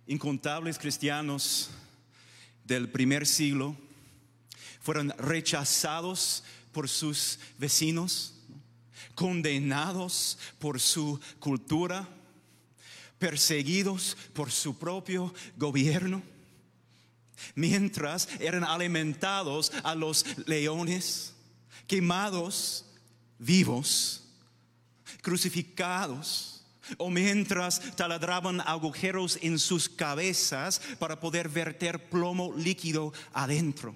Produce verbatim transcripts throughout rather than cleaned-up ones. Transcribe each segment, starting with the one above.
Incontables cristianos del primer siglo fueron rechazados por sus vecinos, condenados por su cultura, perseguidos por su propio gobierno, mientras eran alimentados a los leones, quemados vivos, crucificados, o mientras taladraban agujeros en sus cabezas para poder verter plomo líquido adentro.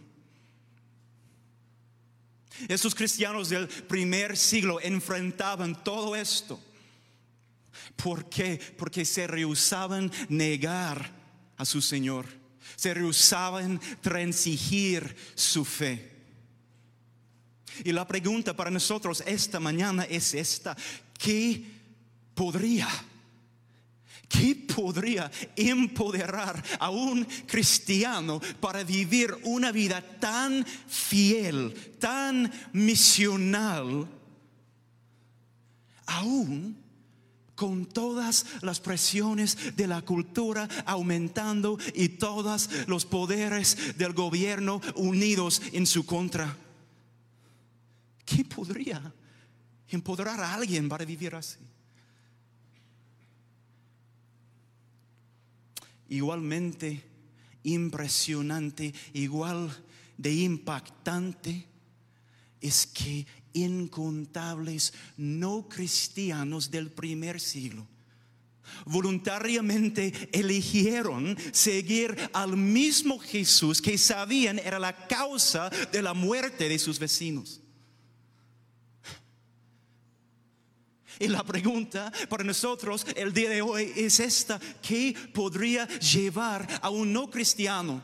Estos cristianos del primer siglo enfrentaban todo esto. ¿Por qué? Porque se rehusaban negar a su Señor. Se rehusaban transigir su fe. Y la pregunta para nosotros esta mañana es esta: ¿Qué podría, qué podría empoderar a un cristiano para vivir una vida tan fiel, tan misional, aún con todas las presiones de la cultura aumentando y todos los poderes del gobierno unidos en su contra? ¿Qué podría empoderar a alguien para vivir así? Igualmente impresionante, igual de impactante, es que incontables no cristianos del primer siglo voluntariamente eligieron seguir al mismo Jesús que sabían era la causa de la muerte de sus vecinos. Y la pregunta para nosotros el día de hoy es esta: ¿qué podría llevar a un no cristiano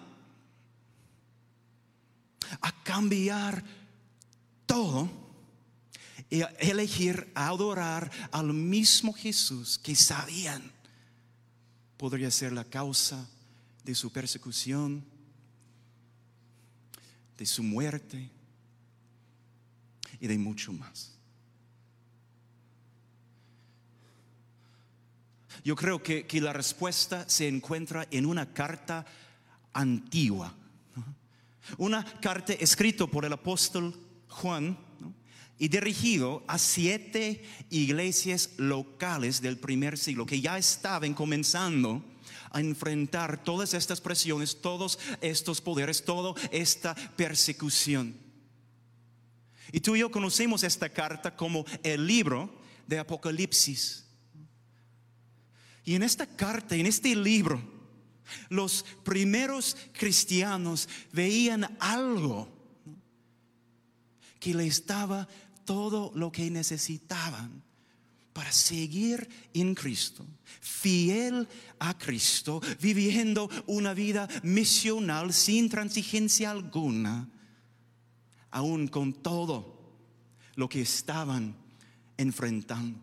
a cambiar todo y a elegir adorar al mismo Jesús que sabían podría ser la causa de su persecución, de su muerte y de mucho más? Yo creo que, que la respuesta se encuentra en una carta antigua, ¿no? Una carta escrita por el apóstol Juan, ¿no? Y dirigido a siete iglesias locales del primer siglo que ya estaban comenzando a enfrentar todas estas presiones, todos estos poderes, toda esta persecución. Y tú y yo conocemos esta carta como el libro de Apocalipsis. Y en esta carta, en este libro, los primeros cristianos veían algo que les daba todo lo que necesitaban para seguir en Cristo, fiel a Cristo, viviendo una vida misional sin transigencia alguna, aún con todo lo que estaban enfrentando.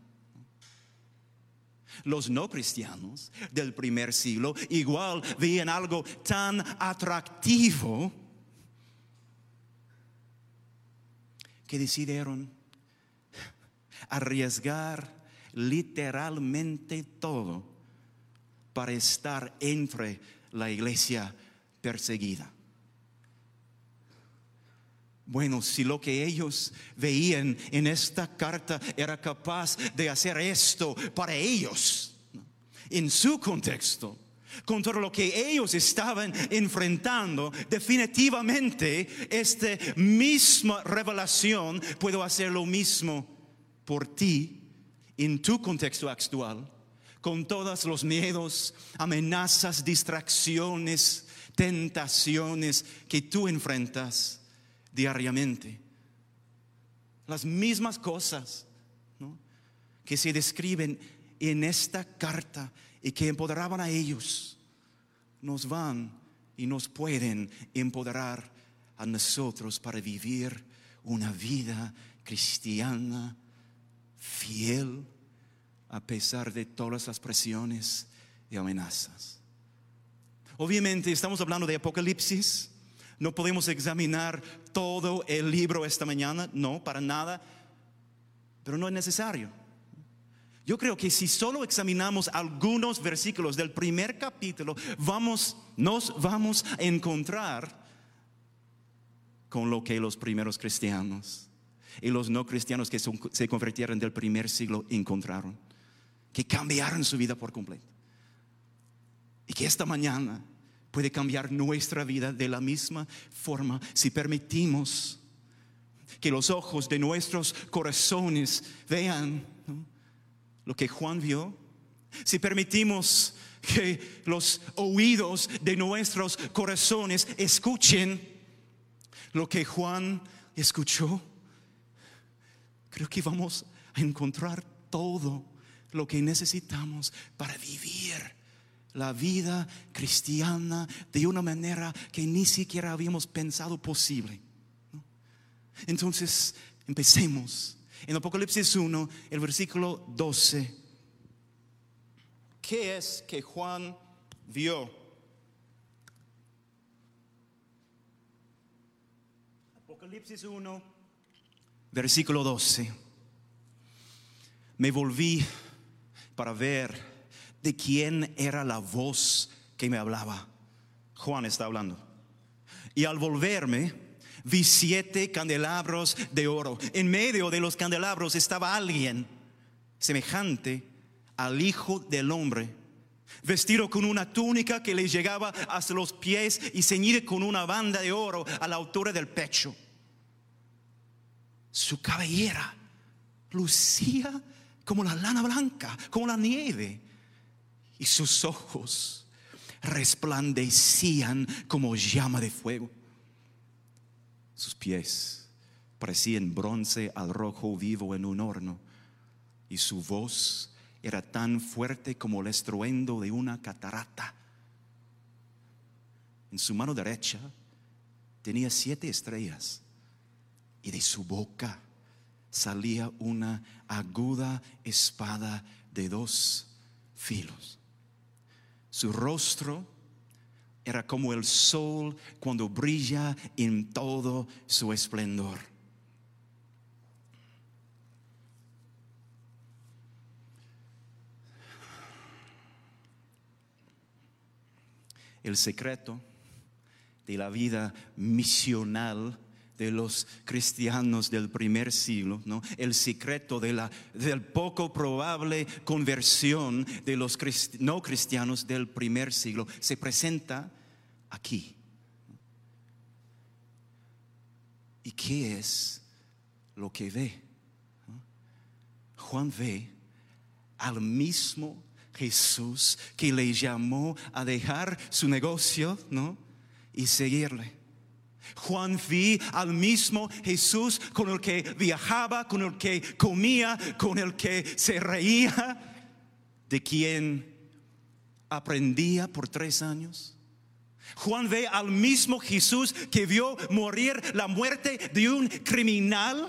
Los no cristianos del primer siglo igual veían algo tan atractivo que decidieron arriesgar literalmente todo para estar entre la iglesia perseguida. Bueno, si lo que ellos veían en esta carta era capaz de hacer esto para ellos, ¿no?, en su contexto, con todo lo que ellos estaban enfrentando, definitivamente esta misma revelación puede hacer lo mismo por ti en tu contexto actual, con todos los miedos, amenazas, distracciones, tentaciones que tú enfrentas diariamente. Las mismas cosas, ¿no?, que se describen en esta carta y que empoderaban a ellos, nos van y nos pueden empoderar a nosotros para vivir una vida cristiana fiel a pesar de todas las presiones y amenazas. Obviamente estamos hablando de Apocalipsis. No podemos examinar todo el libro esta mañana, no, para nada, pero no es necesario. Yo creo que si solo examinamos algunos versículos del primer capítulo, vamos, nos vamos a encontrar con lo que los primeros cristianos y los no cristianos que son, se convirtieron del primer siglo encontraron, que cambiaron su vida por completo. Y que esta mañana puede cambiar nuestra vida de la misma forma si permitimos que los ojos de nuestros corazones vean, ¿no?, lo que Juan vio. Si permitimos que los oídos de nuestros corazones escuchen lo que Juan escuchó, creo que vamos a encontrar todo lo que necesitamos para vivir la vida cristiana de una manera que ni siquiera habíamos pensado posible, ¿no? Entonces, empecemos en Apocalipsis uno, el versículo doce. ¿Qué es que Juan vio? Apocalipsis uno, versículo doce. Me volví para ver de quién era la voz que me hablaba. Juan está hablando. Y al volverme, vi siete candelabros de oro. En medio de los candelabros estaba alguien semejante al Hijo del Hombre, vestido con una túnica que le llegaba hasta los pies y ceñido con una banda de oro a la altura del pecho. Su cabellera lucía como la lana blanca, como la nieve, y sus ojos resplandecían como llama de fuego. Sus pies parecían bronce al rojo vivo en un horno, y su voz era tan fuerte como el estruendo de una catarata. En su mano derecha tenía siete estrellas, y de su boca salía una aguda espada de dos filos. Su rostro era como el sol cuando brilla en todo su esplendor. El secreto de la vida misional de los cristianos del primer siglo, ¿no? El secreto de la del poco probable conversión de los crist, no cristianos del primer siglo se presenta aquí. ¿Y qué es lo que ve? Juan ve al mismo Jesús que le llamó a dejar su negocio, ¿no?, y seguirle. Juan vi al mismo Jesús con el que viajaba, con el que comía, con el que se reía, de quien aprendía por tres años. Juan ve al mismo Jesús que vio morir la muerte de un criminal.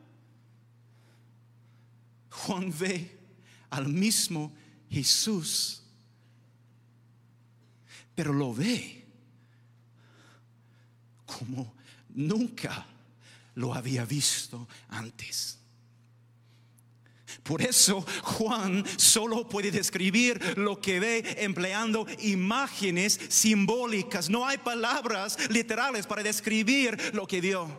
Juan ve al mismo Jesús, pero lo ve como nunca lo había visto antes. Por eso Juan solo puede describir lo que ve empleando imágenes simbólicas. No hay palabras literales para describir lo que vio.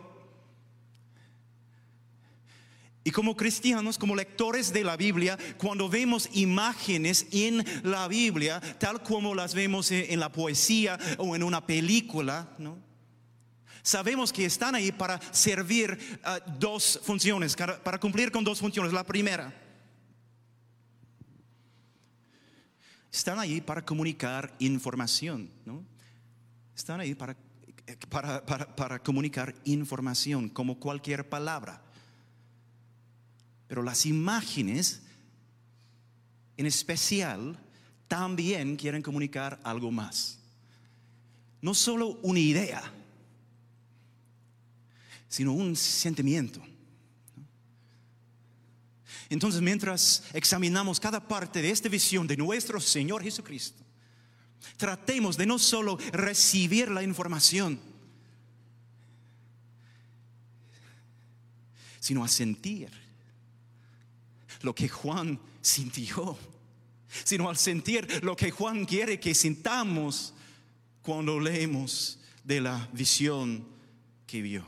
Y como cristianos, como lectores de la Biblia, cuando vemos imágenes en la Biblia, tal como las vemos en la poesía o en una película, ¿no?, sabemos que están ahí para servir uh, dos funciones, para cumplir con dos funciones. La primera, están ahí para comunicar información, ¿no? Están ahí para, para, para, para comunicar información, como cualquier palabra. Pero las imágenes, en especial, también quieren comunicar algo más. No solo una idea, sino un sentimiento. Entonces, mientras examinamos cada parte de esta visión de nuestro Señor Jesucristo, tratemos de no solo recibir la información, sino a sentir lo que Juan sintió, sino al sentir lo que Juan quiere que sintamos cuando leemos de la visión que vio.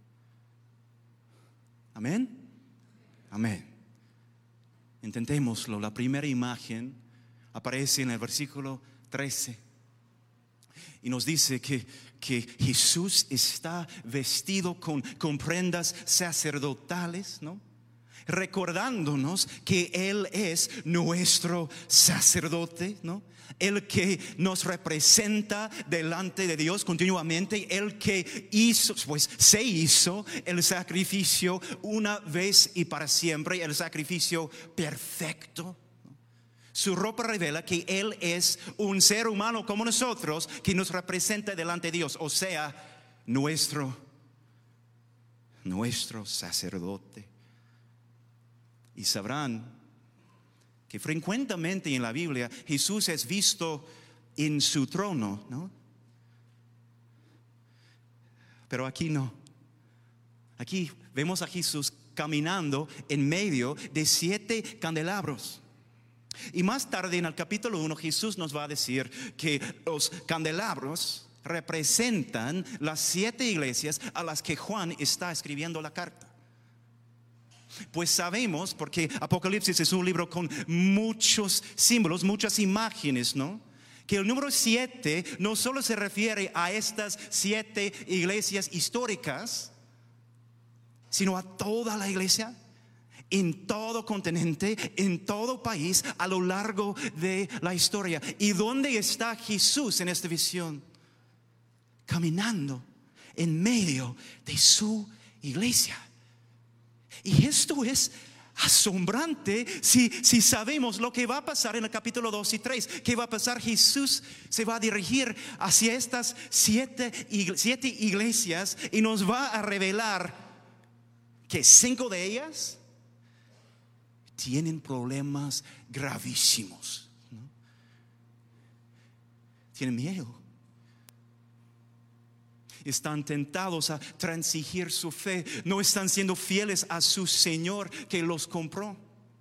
Amén. Amén. Intentémoslo. La primera imagen aparece en el versículo trece y nos dice que, que Jesús está vestido con, con prendas sacerdotales, ¿no? Recordándonos que Él es nuestro sacerdote, ¿no? El que nos representa delante de Dios continuamente, el que hizo, pues se hizo el sacrificio una vez y para siempre, el sacrificio perfecto. Su ropa revela que Él es un ser humano como nosotros, que nos representa delante de Dios, o sea, nuestro, nuestro sacerdote. Y sabrán que frecuentemente en la Biblia Jesús es visto en su trono, ¿no? Pero aquí no. Aquí vemos a Jesús caminando en medio de siete candelabros. Y más tarde en el capítulo uno Jesús nos va a decir que los candelabros representan las siete iglesias a las que Juan está escribiendo la carta. Pues sabemos, porque Apocalipsis es un libro con muchos símbolos, muchas imágenes, ¿no? Que el número siete no solo se refiere a estas siete iglesias históricas, sino a toda la iglesia, en todo continente, en todo país, a lo largo de la historia. ¿Y dónde está Jesús en esta visión? Caminando en medio de su iglesia. Y esto es asombrante si, si sabemos lo que va a pasar en el capítulo dos y tres. ¿Qué va a pasar? Jesús se va a dirigir hacia estas siete, siete iglesias y nos va a revelar que cinco de ellas tienen problemas gravísimos, ¿no? Tienen miedo. Están tentados a transigir su fe. No están siendo fieles a su Señor que los compró.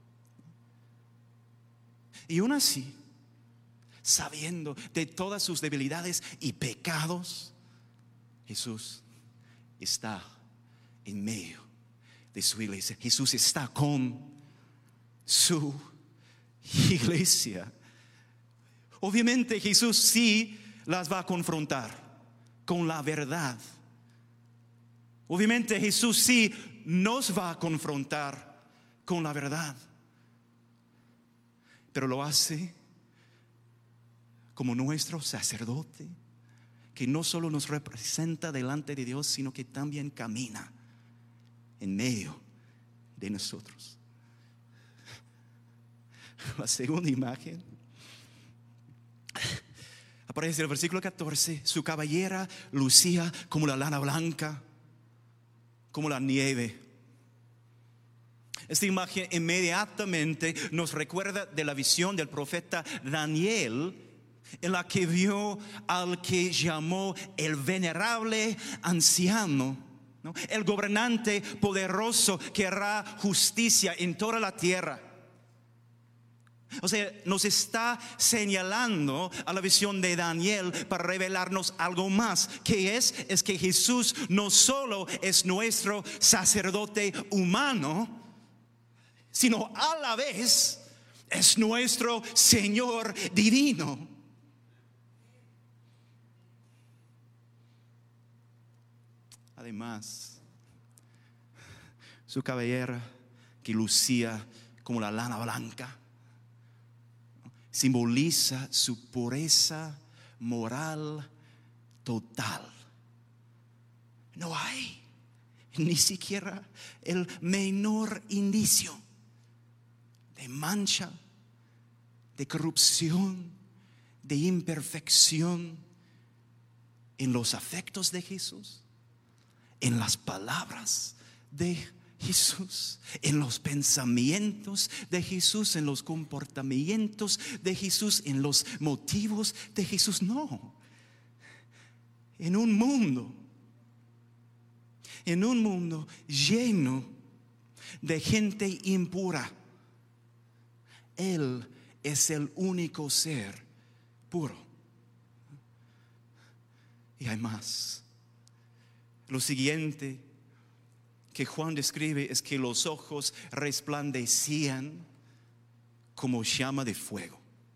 Y aún así, sabiendo de todas sus debilidades y pecados, Jesús está en medio de su iglesia. Jesús está con su iglesia. Obviamente Jesús sí las va a confrontar con la verdad. Obviamente Jesús sí nos va a confrontar con la verdad, pero lo hace como nuestro sacerdote, que no solo nos representa delante de Dios, sino que también camina en medio de nosotros. La segunda imagen aparece en el versículo catorce. Su cabellera lucía como la lana blanca, como la nieve. Esta imagen inmediatamente nos recuerda de la visión del profeta Daniel, en la que vio al que llamó el venerable anciano, ¿no? El gobernante poderoso que hará justicia en toda la tierra. O sea, nos está señalando a la visión de Daniel para revelarnos algo más. Que es, es que Jesús no solo es nuestro sacerdote humano, sino a la vez es nuestro Señor divino. Además, su cabellera que lucía como la lana blanca simboliza su pureza moral total. No hay ni siquiera el menor indicio de mancha, de corrupción, de imperfección en los afectos de Jesús, en las palabras de Jesús, en los pensamientos de Jesús, en los comportamientos de Jesús, en los motivos de Jesús. No. En un mundo, en un mundo lleno de gente impura, Él es el único ser puro. Y hay más. Lo siguiente que Juan describe es que los ojos resplandecían como llama de fuego.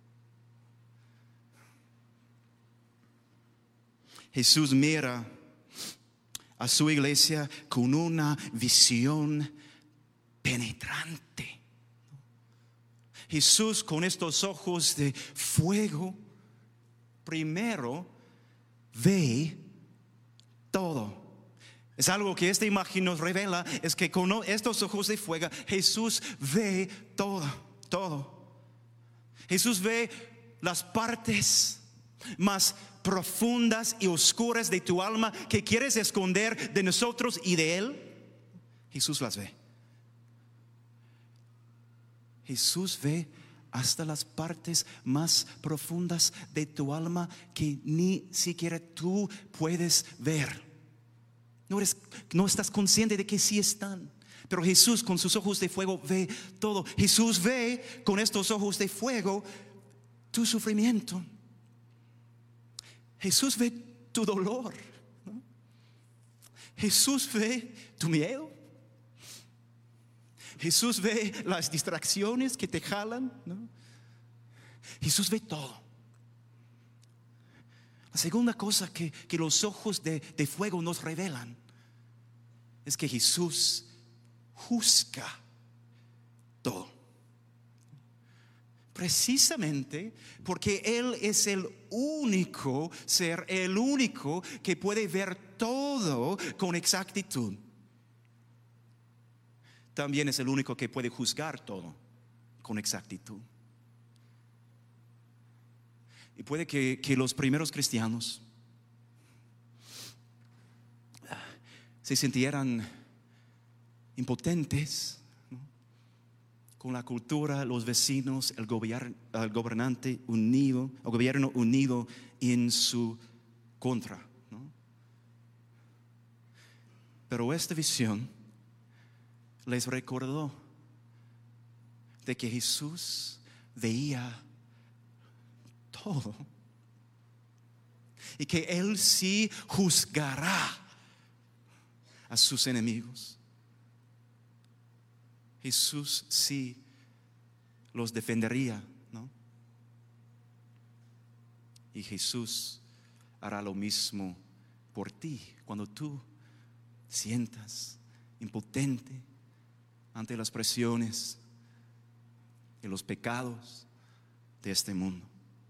Jesús mira a su iglesia con una visión penetrante. Jesús, con estos ojos de fuego, primero ve todo. Es algo que esta imagen nos revela, es que con estos ojos de fuego Jesús ve todo, todo. Jesús ve las partes más profundas y oscuras de tu alma que quieres esconder de nosotros y de Él. Jesús las ve. Jesús ve hasta las partes más profundas de tu alma que ni siquiera tú puedes ver. No eres, no estás consciente de que sí están. Pero Jesús con sus ojos de fuego ve todo. Jesús ve con estos ojos de fuego tu sufrimiento. Jesús ve tu dolor, ¿no? Jesús ve tu miedo. Jesús ve las distracciones que te jalan, ¿no? Jesús ve todo. La segunda cosa que, que los ojos de, de fuego nos revelan es que Jesús juzga todo. Precisamente porque Él es el único ser, el único que puede ver todo con exactitud. También es el único que puede juzgar todo con exactitud. Y puede que, que los primeros cristianos se sintieran impotentes, ¿no? Con la cultura, los vecinos, el, gobier- el gobernante unido, el gobierno unido en su contra, ¿no? Pero esta visión les recordó de que Jesús veía todo y que Él sí juzgará a sus enemigos. Jesús sí los defendería, ¿no? Y Jesús hará lo mismo por ti cuando tú sientas impotente ante las presiones y los pecados de este mundo.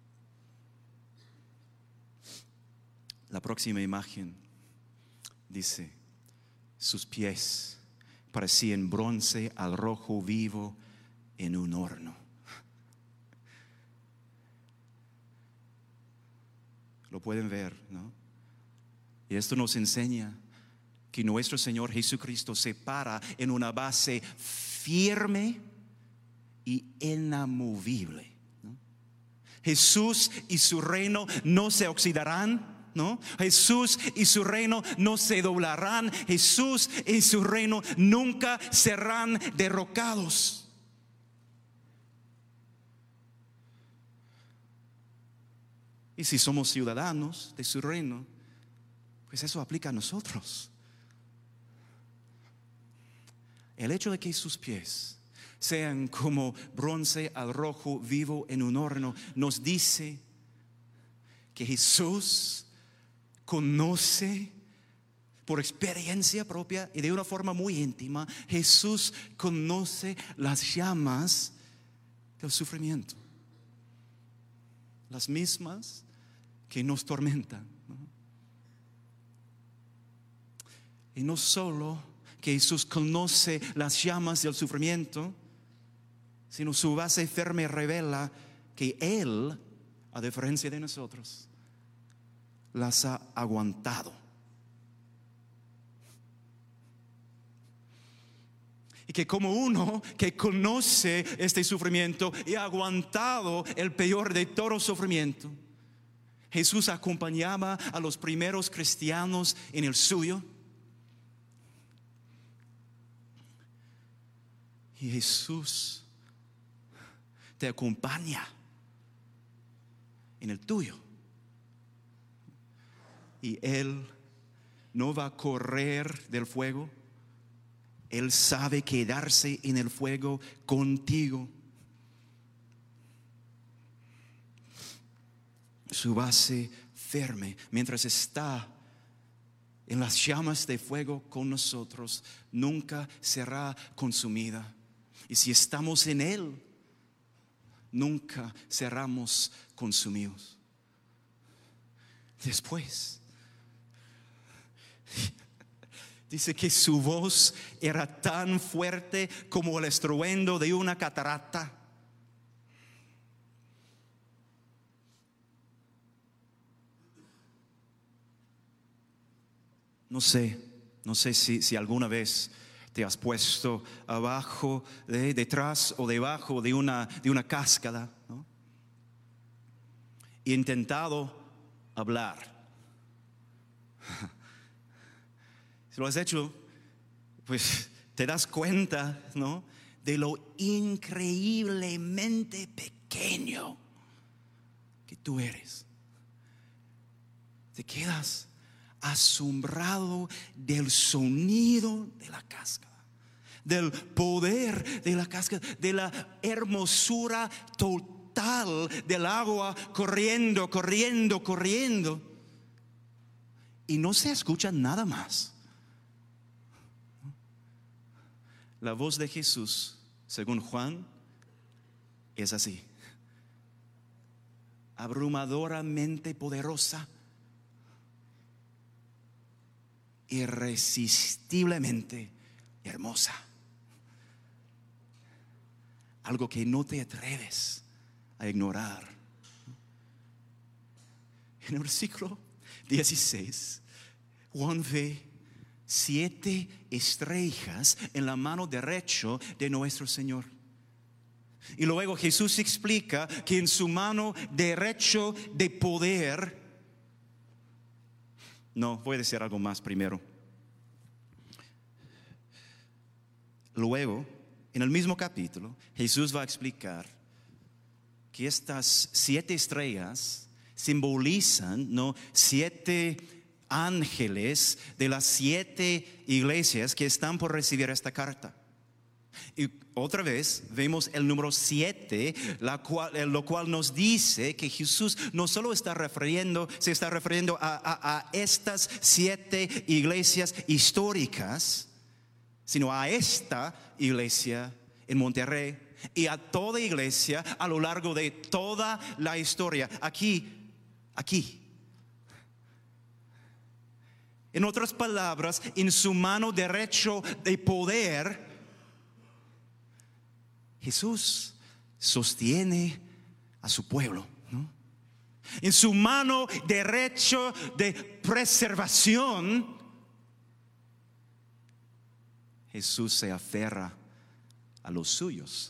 La próxima imagen dice: sus pies parecían bronce al rojo vivo en un horno. Lo pueden ver, ¿no? Y esto nos enseña que nuestro Señor Jesucristo se para en una base firme y inamovible, ¿no? Jesús y su reino no se oxidarán, ¿no? Jesús y su reino no se doblarán. Jesús y su reino nunca serán derrocados. Y si somos ciudadanos de su reino, pues eso aplica a nosotros. El hecho de que sus pies sean como bronce al rojo vivo en un horno nos dice que Jesús conoce por experiencia propia y de una forma muy íntima. Jesús conoce las llamas del sufrimiento, las mismas que nos tormentan, ¿no? Y no solo que Jesús conoce las llamas del sufrimiento, sino su base firme revela que Él, a diferencia de nosotros, las ha aguantado. Y que como uno que conoce este sufrimiento y ha aguantado el peor de todo sufrimiento, Jesús acompañaba a los primeros cristianos en el suyo. Y Jesús te acompaña en el tuyo. Y Él no va a correr del fuego. Él sabe quedarse en el fuego contigo. Su base firme mientras está en las llamas de fuego con nosotros, nunca será consumida. Y si estamos en Él, nunca seremos consumidos. Después dice que su voz era tan fuerte como el estruendo de una catarata. No sé, no sé si, si alguna vez te has puesto abajo, de, detrás o debajo de una, de una cascada, ¿no? E intentado hablar. Si lo has hecho, pues te das cuenta, ¿no?, de lo increíblemente pequeño que tú eres. Te quedas asombrado del sonido de la cascada, del poder de la cascada, de la hermosura total del agua corriendo, corriendo, corriendo. Y no se escucha nada más. La voz de Jesús, según Juan, es así: abrumadoramente poderosa, irresistiblemente hermosa. Algo que no te atreves a ignorar. En el versículo dieciséis, Juan ve siete estrellas en la mano derecha de nuestro Señor. Y luego Jesús explica que en su mano derecha de poder. No, voy a decir algo más primero. Luego, en el mismo capítulo, Jesús va a explicar que estas siete estrellas simbolizan, ¿no?, siete ángeles de las siete iglesias que están por recibir esta carta. Y otra vez vemos el número siete, la cual, lo cual nos dice que Jesús no solo está refiriendo, se está refiriendo a, a, a estas siete iglesias históricas, sino a esta iglesia en Monterrey y a toda iglesia a lo largo de toda la historia. Aquí, aquí. En otras palabras, en su mano derecha de poder, Jesús sostiene a su pueblo, ¿no? En su mano derecha de preservación, Jesús se aferra a los suyos,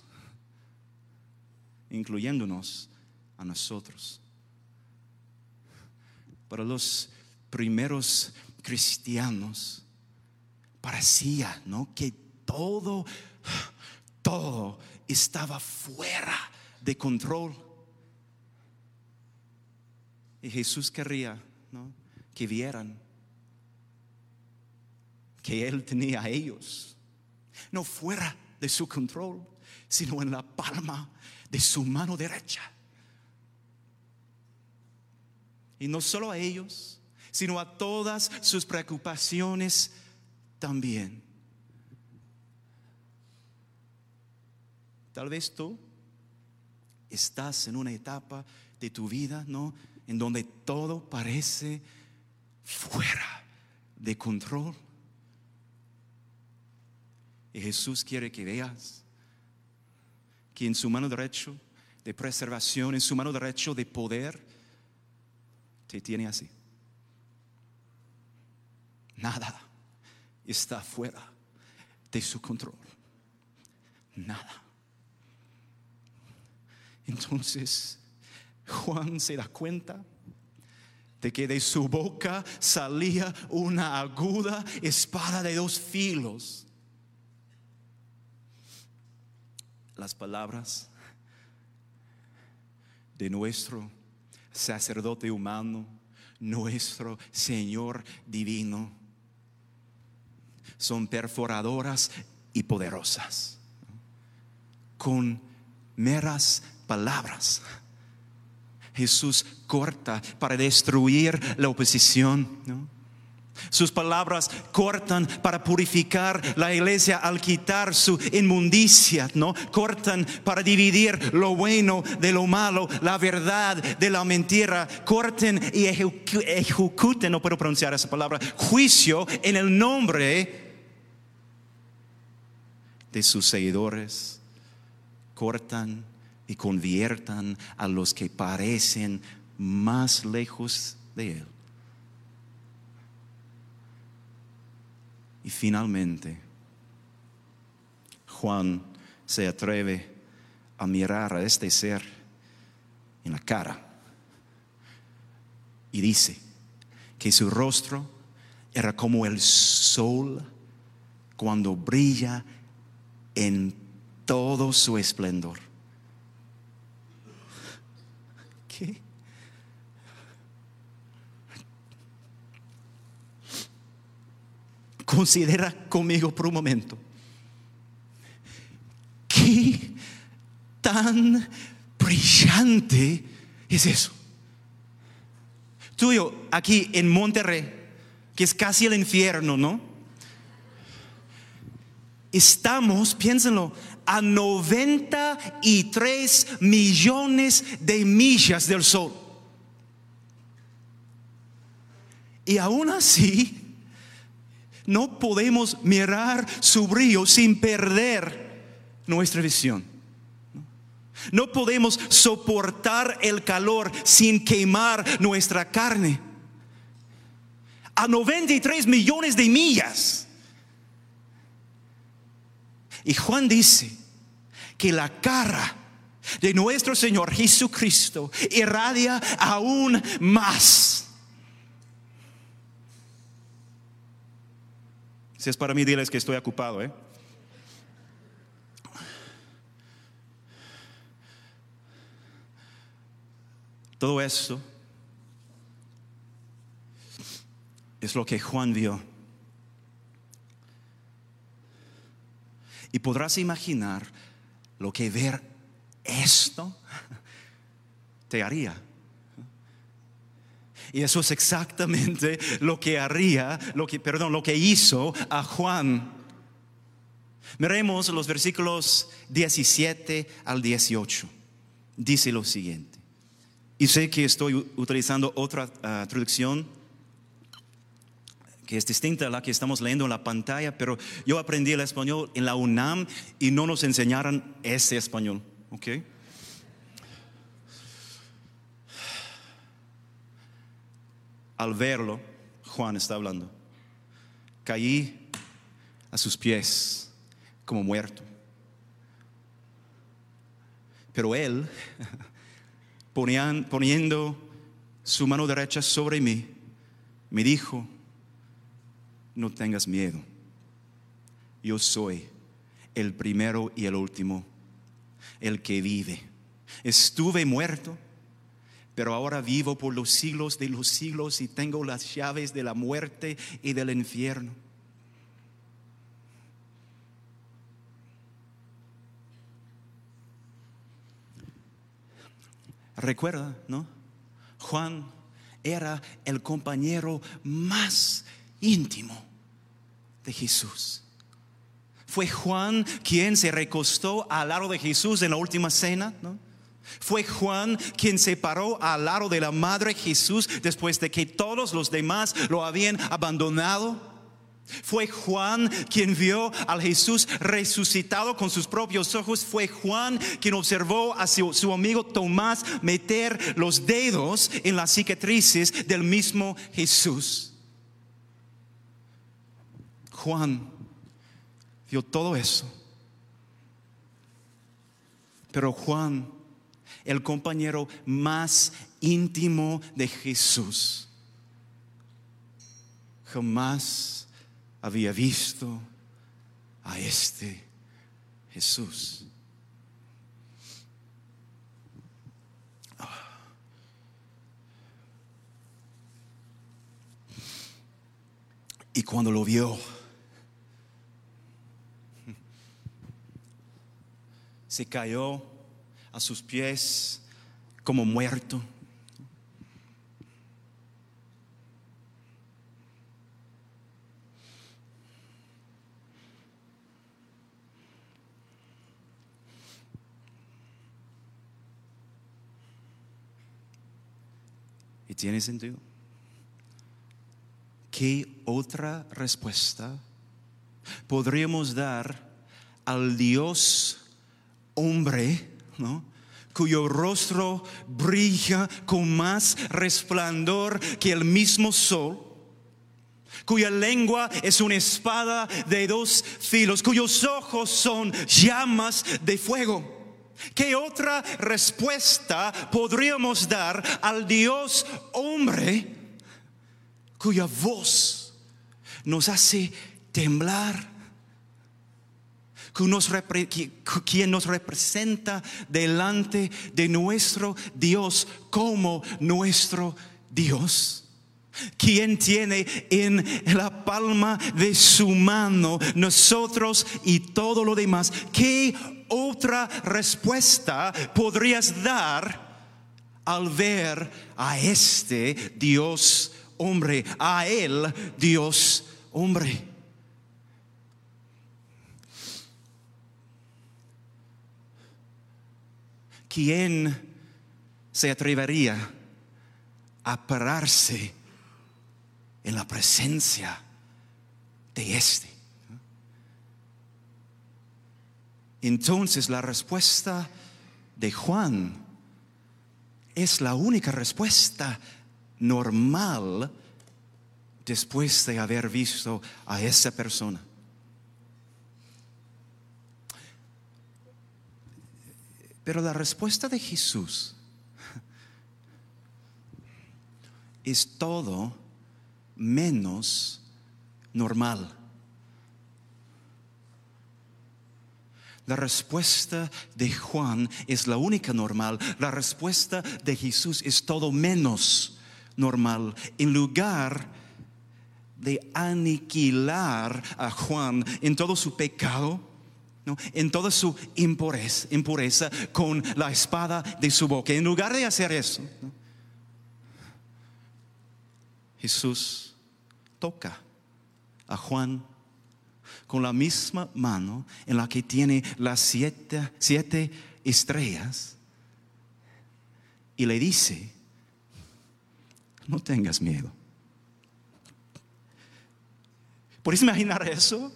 incluyéndonos a nosotros. Para los primeros cristianos parecía, ¿no?, que todo, todo estaba fuera de control. Y Jesús quería, ¿no?, que vieran que Él tenía a ellos, no fuera de su control, sino en la palma de su mano derecha. Y no solo a ellos, sino a todas sus preocupaciones también. Tal vez tú estás en una etapa de tu vida, ¿no?, en donde todo parece fuera de control. Y Jesús quiere que veas que en su mano derecha de preservación, en su mano derecha de poder, te tiene así. Nada está fuera de su control. Nada. Entonces Juan se da cuenta de que de su boca salía una aguda espada de dos filos. Las palabras de nuestro sacerdote humano, nuestro Señor divino, son perforadoras y poderosas. Con meras palabras, Jesús corta para destruir la oposición, ¿no? Sus palabras cortan para purificar la iglesia al quitar su inmundicia, ¿no? Cortan para dividir lo bueno de lo malo, la verdad de la mentira. Corten y ejecu- ejecuten, no puedo pronunciar esa palabra, juicio en el nombre de sus seguidores. Cortan y conviertan a los que parecen más lejos de Él. Y finalmente, Juan se atreve a mirar a este ser en la cara y dice que su rostro era como el sol cuando brilla en todo su esplendor. ¿Qué? Considera conmigo por un momento. ¿Qué tan brillante es eso? Tú y yo, aquí en Monterrey, que es casi el infierno, ¿no? Estamos, piénsenlo, a noventa y tres millones de millas del sol. Y aún así, no podemos mirar su brillo sin perder nuestra visión. No podemos soportar el calor sin quemar nuestra carne. A noventa y tres millones de millas. Y Juan dice que la cara de nuestro Señor Jesucristo irradia aún más. Si es para mí, diles que estoy ocupado, ¿eh? Todo esto es lo que Juan vio. Y podrás imaginar lo que ver esto te haría. Y eso es exactamente lo que haría, lo que, perdón, lo que hizo a Juan. Miremos los versículos diecisiete al dieciocho. Dice lo siguiente. Y sé que estoy utilizando otra uh, traducción que es distinta a la que estamos leyendo en la pantalla, pero yo aprendí el español en la UNAM y no nos enseñaron ese español, ¿ok? Al verlo, Juan está hablando, caí a sus pies como muerto. Pero él, poniendo su mano derecha sobre mí, me dijo: no tengas miedo, yo soy el primero y el último, el que vive. Estuve muerto, pero ahora vivo por los siglos de los siglos y tengo las llaves de la muerte y del infierno. Recuerda, ¿no? Juan era el compañero más íntimo de Jesús. Fue Juan quien se recostó al lado de Jesús en la última cena, ¿no? Fue Juan quien se paró al lado de la madre Jesús después de que todos los demás lo habían abandonado. Fue Juan quien vio al Jesús resucitado con sus propios ojos. Fue Juan quien observó a su, su amigo Tomás meter los dedos en las cicatrices del mismo Jesús. Juan vio todo eso. Pero Juan, el compañero más íntimo de Jesús, jamás había visto a este Jesús. Oh. Y cuando lo vio, se cayó a sus pies como muerto. ¿Y tiene sentido? ¿Qué otra respuesta podríamos dar al Dios hombre, ¿no?, cuyo rostro brilla con más resplandor que el mismo sol, cuya lengua es una espada de dos filos, cuyos ojos son llamas de fuego? ¿Qué otra respuesta podríamos dar al Dios hombre cuya voz nos hace temblar, quien nos representa delante de nuestro Dios como nuestro Dios, quien tiene en la palma de su mano nosotros y todo lo demás? ¿Qué otra respuesta podrías dar al ver a este Dios hombre, a él Dios hombre? ¿Quién se atrevería a pararse en la presencia de este? Entonces la respuesta de Juan es la única respuesta normal después de haber visto a esa persona. Pero la respuesta de Jesús es todo menos normal. La respuesta de Juan es la única normal. La respuesta de Jesús es todo menos normal. En lugar de aniquilar a Juan en todo su pecado, ¿no?, en toda su impureza, impureza con la espada de su boca, en lugar de hacer eso, ¿no?, Jesús toca a Juan con la misma mano en la que tiene las siete, siete estrellas y le dice: no tengas miedo. ¿Puedes imaginar eso?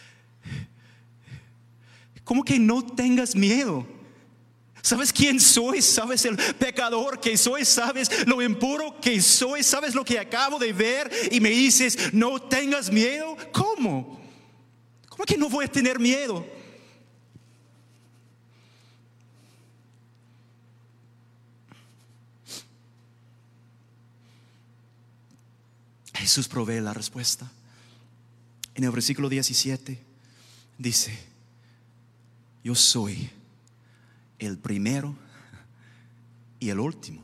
¿Cómo que no tengas miedo? ¿Sabes quién soy? ¿Sabes el pecador que soy? ¿Sabes lo impuro que soy? ¿Sabes lo que acabo de ver? Y me dices, no tengas miedo. ¿Cómo? ¿Cómo que no voy a tener miedo? Jesús provee la respuesta. En el versículo diecisiete dice: yo soy el primero y el último.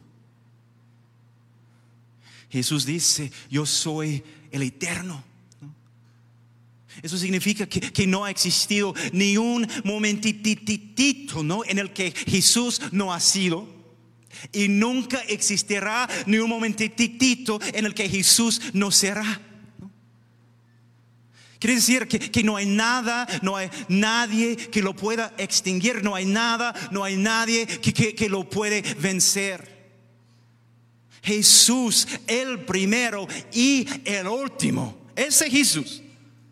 Jesús dice: yo soy el eterno. Eso significa que, que no ha existido ni un momentitito, ¿no?, en el que Jesús no ha sido, y nunca existirá ni un momentitito en el que Jesús no será. Quiere decir que, que no hay nada, no hay nadie que lo pueda extinguir, no hay nada, no hay nadie que, que, que lo puede vencer. Jesús, el primero y el último, ese Jesús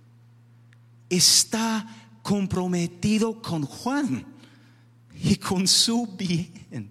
está comprometido con Juan y con su bien.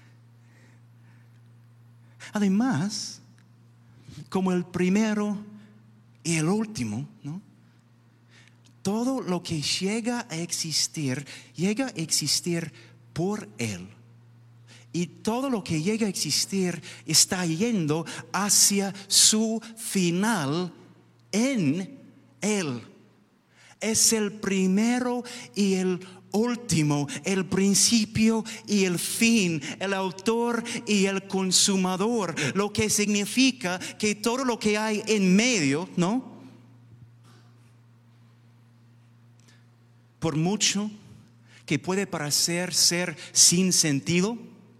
Además, como el primero y el último, ¿no?, todo lo que llega a existir, llega a existir por Él. Y todo lo que llega a existir está yendo hacia su final en Él. Es el primero y el último, el principio y el fin, el autor y el consumador. Lo que significa que todo lo que hay en medio, ¿no?, por mucho que puede parecer ser sin sentido,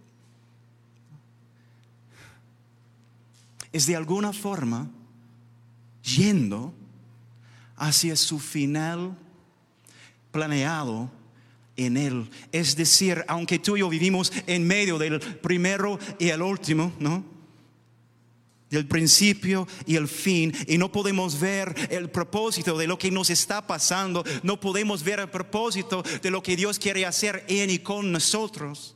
es de alguna forma yendo hacia su final planeado en Él. Es decir, aunque tú y yo vivimos en medio del primero y el último, ¿no? Del principio y el fin, y no podemos ver el propósito de lo que nos está pasando, no podemos ver el propósito de lo que Dios quiere hacer en y con nosotros.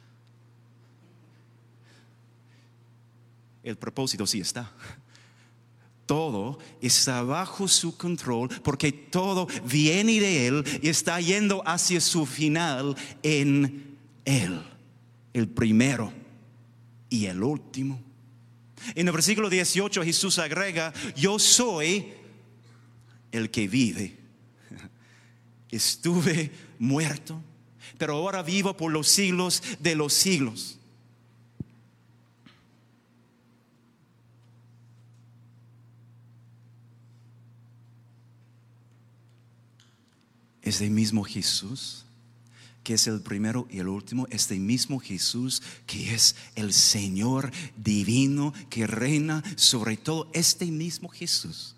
El propósito sí está. Todo está bajo su control porque todo viene de Él y está yendo hacia su final en Él, el primero y el último. En el versículo dieciocho Jesús agrega: yo soy el que vive. Estuve muerto, pero ahora vivo por los siglos de los siglos. Este mismo Jesús, que es el primero y el último, este mismo Jesús que es el Señor divino, que reina sobre todo, este mismo Jesús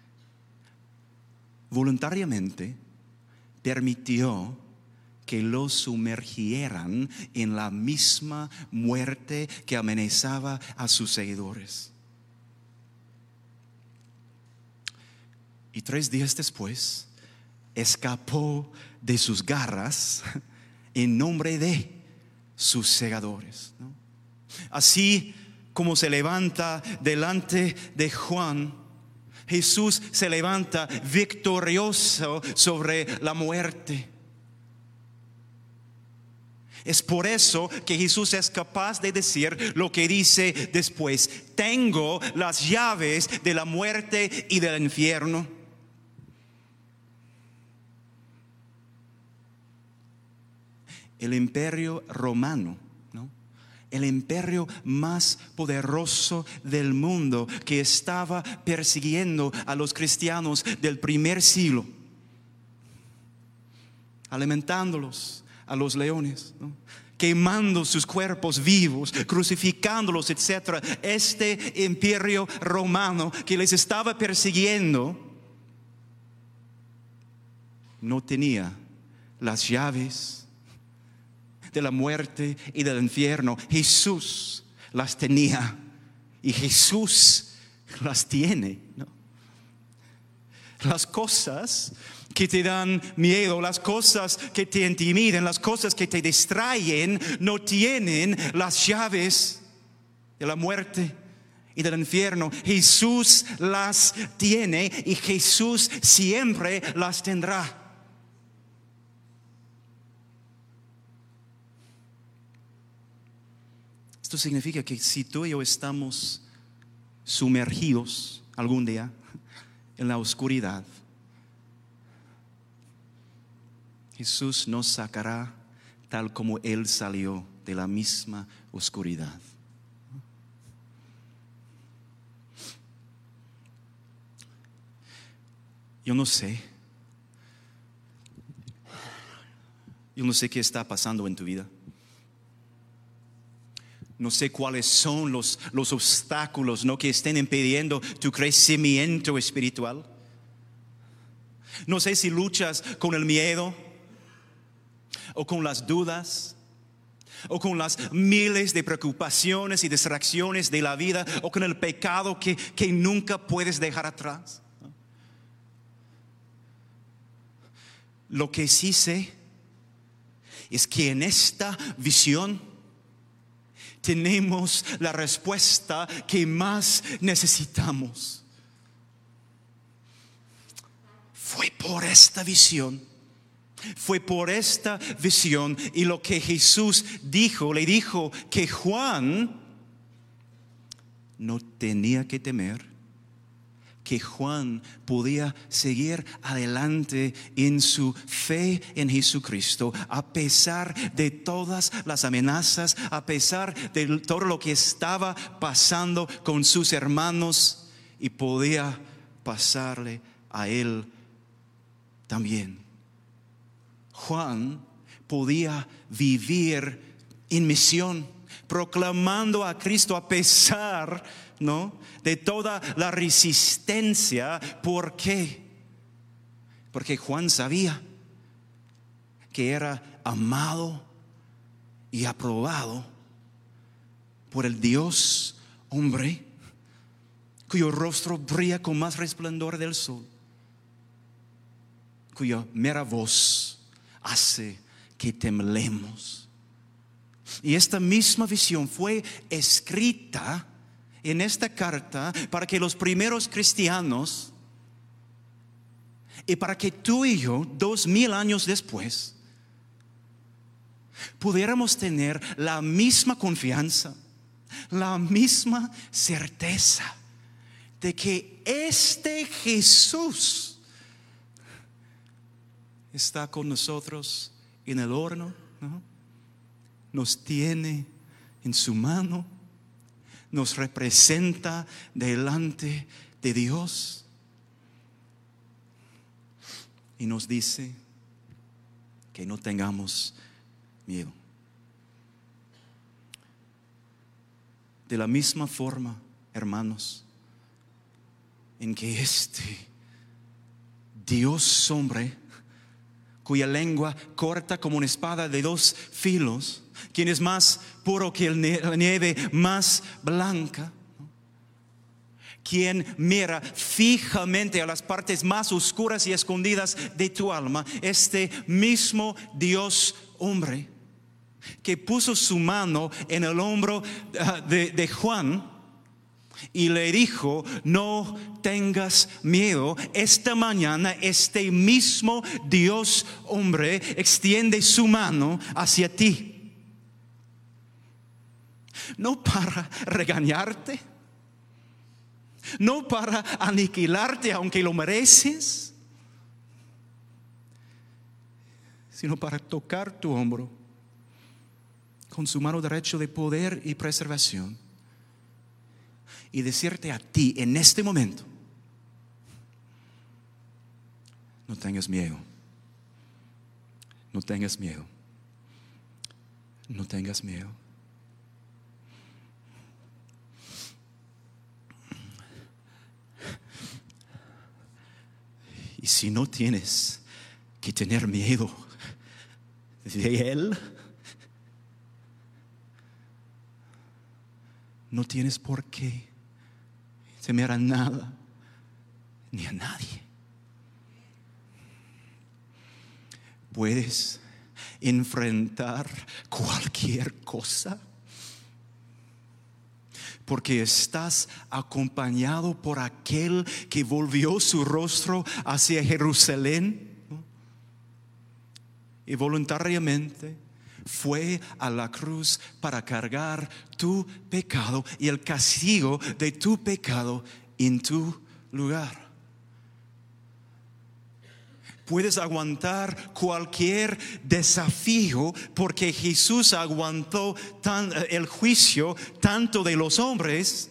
voluntariamente permitió que los sumergieran en la misma muerte que amenazaba a sus seguidores. Y tres días después escapó de sus garras en nombre de sus segadores, ¿no? Así como se levanta delante de Juan, Jesús se levanta victorioso sobre la muerte. Es por eso que Jesús es capaz de decir lo que dice después: tengo las llaves de la muerte y del infierno. El imperio romano, ¿no? El imperio más poderoso del mundo, que estaba persiguiendo a los cristianos del primer siglo, alimentándolos a los leones, ¿no? Quemando sus cuerpos vivos, crucificándolos, etcétera. Este imperio romano que les estaba persiguiendo no tenía las llaves de la muerte y del infierno. Jesús las tenía y Jesús las tiene, ¿no? Las cosas que te dan miedo, las cosas que te intimidan, las cosas que te distraen, no tienen las llaves de la muerte y del infierno. Jesús las tiene y Jesús siempre las tendrá. Esto significa que si tú y yo estamos sumergidos algún día en la oscuridad, Jesús nos sacará tal como Él salió de la misma oscuridad. Yo no sé, yo no sé qué está pasando en tu vida. No sé cuáles son los, los obstáculos, ¿no?, que estén impidiendo tu crecimiento espiritual. No sé si luchas con el miedo, o con las dudas, o con las miles de preocupaciones y distracciones de la vida, o con el pecado que, que nunca puedes dejar atrás. Lo que sí sé es que en esta visión tenemos la respuesta que más necesitamos. Fue por esta visión, fue por esta visión y lo que Jesús dijo, le dijo que Juan no tenía que temer, que Juan podía seguir adelante en su fe en Jesucristo, a pesar de todas las amenazas, a pesar de todo lo que estaba pasando con sus hermanos, y podía pasarle a él también. Juan podía vivir en misión, proclamando a Cristo a pesar, ¿no?, de toda la resistencia. ¿Por qué? Porque Juan sabía que era amado y aprobado por el Dios hombre, cuyo rostro brilla con más resplandor del sol, cuya mera voz hace que temblemos. Y esta misma visión fue escrita en esta carta para que los primeros cristianos, y para que tú y yo, dos mil años después, pudiéramos tener la misma confianza, la misma certeza de que este Jesús está con nosotros en el horno, ¿no? Nos tiene en su mano, nos representa delante de Dios y nos dice que no tengamos miedo. De la misma forma, hermanos, en que este Dios hombre, cuya lengua corta como una espada de dos filos, quien es más puro que la nieve más blanca, ¿no?, quien mira fijamente a las partes más oscuras y escondidas de tu alma, este mismo Dios hombre que puso su mano en el hombro uh, de, de Juan y le dijo: no tengas miedo. Esta mañana este mismo Dios hombre extiende su mano hacia ti, no para regañarte, no para aniquilarte aunque lo mereces, sino para tocar tu hombro con su mano derecha de poder y preservación y decirte a ti en este momento: no tengas miedo, no tengas miedo, no tengas miedo. Y si no tienes que tener miedo de Él, no tienes por qué temer a nada ni a nadie. Puedes enfrentar cualquier cosa porque estás acompañado por aquel que volvió su rostro hacia Jerusalén, ¿no?, y voluntariamente fue a la cruz para cargar tu pecado y el castigo de tu pecado en tu lugar. Puedes aguantar cualquier desafío porque Jesús aguantó tan, el juicio tanto de los hombres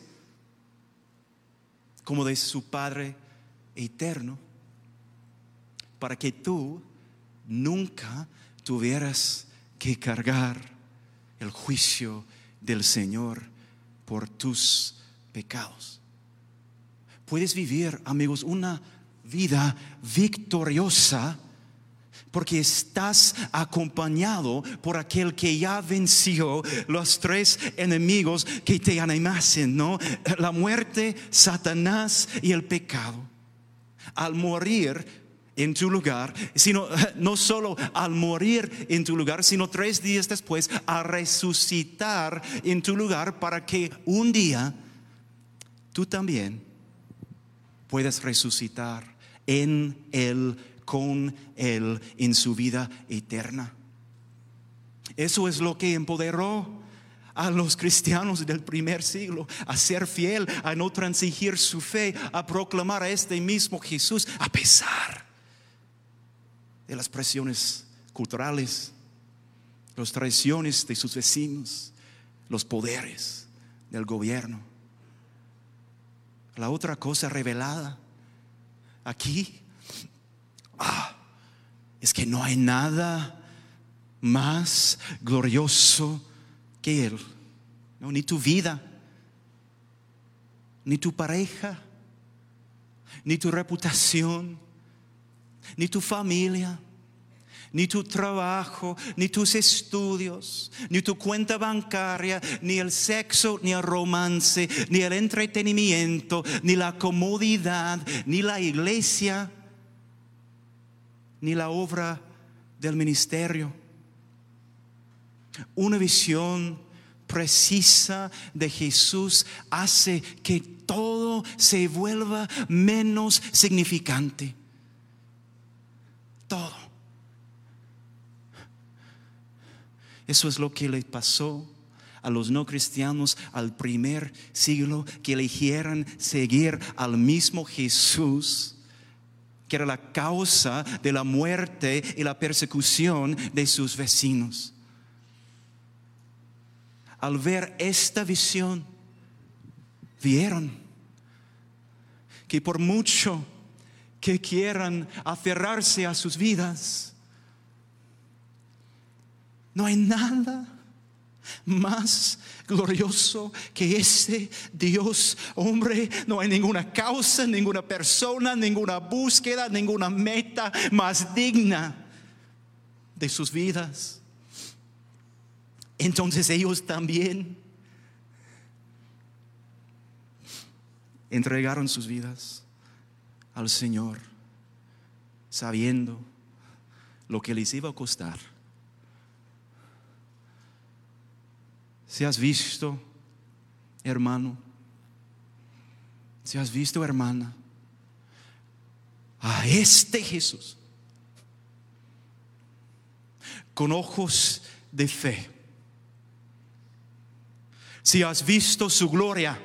como de su Padre eterno, para que tú nunca tuvieras que cargar el juicio del Señor por tus pecados. Puedes vivir, amigos, una vida victoriosa porque estás acompañado por aquel que ya venció los tres enemigos que te amenazan, ¿no? La muerte, Satanás y el pecado. Al morir en tu lugar, sino no solo al morir en tu lugar, sino tres días después a resucitar en tu lugar, para que un día tú también puedas resucitar en Él, con Él, en su vida eterna. Eso es lo que empoderó a los cristianos del primer siglo a ser fiel, a no transigir su fe, a proclamar a este mismo Jesús a pesar de las presiones culturales, las traiciones de sus vecinos, los poderes del gobierno. La otra cosa revelada aquí ah, es que no hay nada más glorioso que Él. No, ni tu vida, ni tu pareja, ni tu reputación, ni tu familia, ni tu trabajo, ni tus estudios, ni tu cuenta bancaria, ni el sexo, ni el romance, ni el entretenimiento, ni la comodidad, ni la iglesia, ni la obra del ministerio. Una visión precisa de Jesús hace que todo se vuelva menos significante. Todo. Eso es lo que le pasó a los no cristianos al primer siglo, que eligieran seguir al mismo Jesús, que era la causa de la muerte y la persecución de sus vecinos. Al ver esta visión, vieron que por mucho que quieran aferrarse a sus vidas, no hay nada más glorioso que ese Dios hombre. No hay ninguna causa, ninguna persona, ninguna búsqueda, ninguna meta más digna de sus vidas. Entonces ellos también entregaron sus vidas al Señor, sabiendo lo que les iba a costar. Si has visto, hermano, si has visto, hermana, a este Jesús con ojos de fe, si has visto su gloria,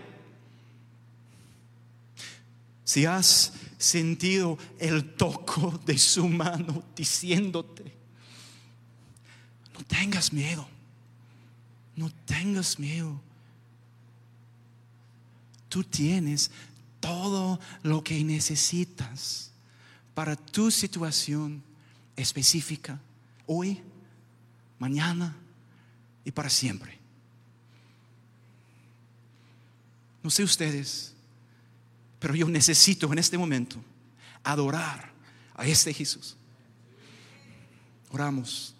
si has sentido el toque de su mano diciéndote, no tengas miedo. No tengas miedo. Tú tienes todo lo que necesitas para tu situación específica, hoy, mañana y para siempre. No sé ustedes, pero yo necesito en este momento adorar a este Jesús. Oramos.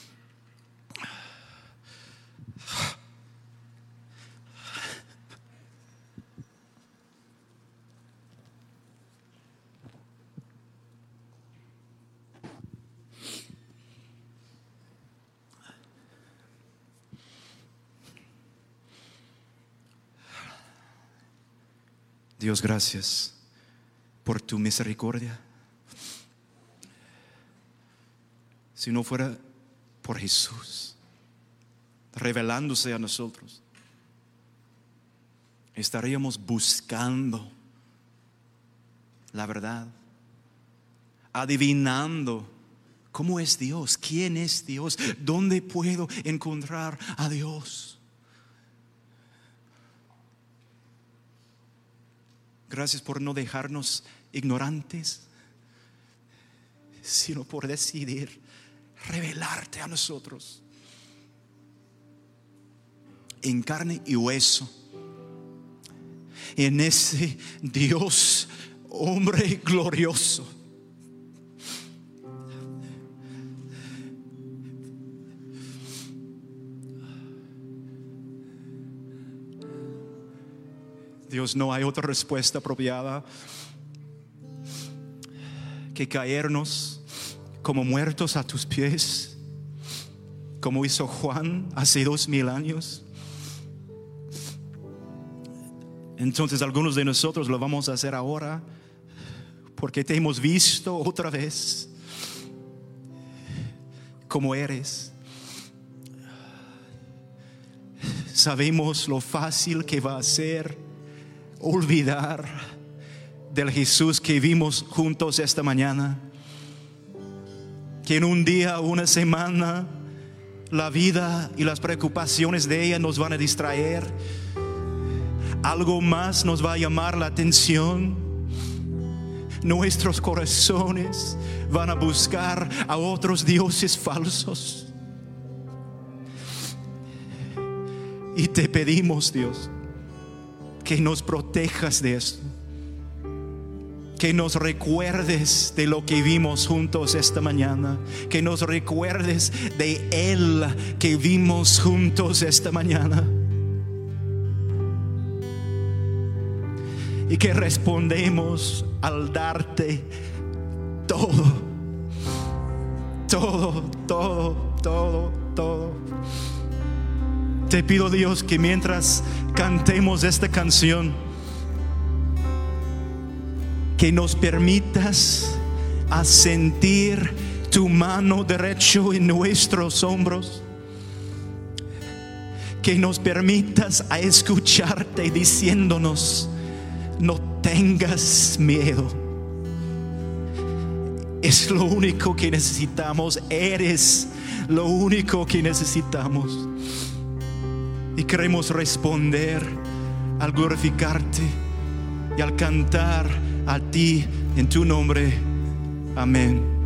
Dios, gracias por tu misericordia. Si no fuera por Jesús revelándose a nosotros, estaríamos buscando la verdad, adivinando cómo es Dios, quién es Dios, dónde puedo encontrar a Dios. Gracias por no dejarnos ignorantes, sino por decidir revelarte a nosotros en carne y hueso, en ese Dios hombre glorioso. Dios, no hay otra respuesta apropiada que caernos como muertos a tus pies, como hizo Juan hace dos mil años. Entonces algunos de nosotros lo vamos a hacer ahora, porque te hemos visto otra vez como eres. Sabemos lo fácil que va a ser olvidar del Jesús que vimos juntos esta mañana, que en un día, una semana, la vida y las preocupaciones de ella nos van a distraer. Algo más nos va a llamar la atención, nuestros corazones van a buscar a otros dioses falsos. Y te pedimos, Dios, que nos protejas de esto, que nos recuerdes de lo que vimos juntos esta mañana, que nos recuerdes de Él que vimos juntos esta mañana, y que respondemos al darte todo, todo, todo, todo, todo. Te pido, Dios, que mientras cantemos esta canción, que nos permitas a sentir tu mano derecha en nuestros hombros, que nos permitas a escucharte diciéndonos: no tengas miedo. Es lo único que necesitamos. Eres lo único que necesitamos. Y queremos responder al glorificarte y al cantar a ti en tu nombre. Amén.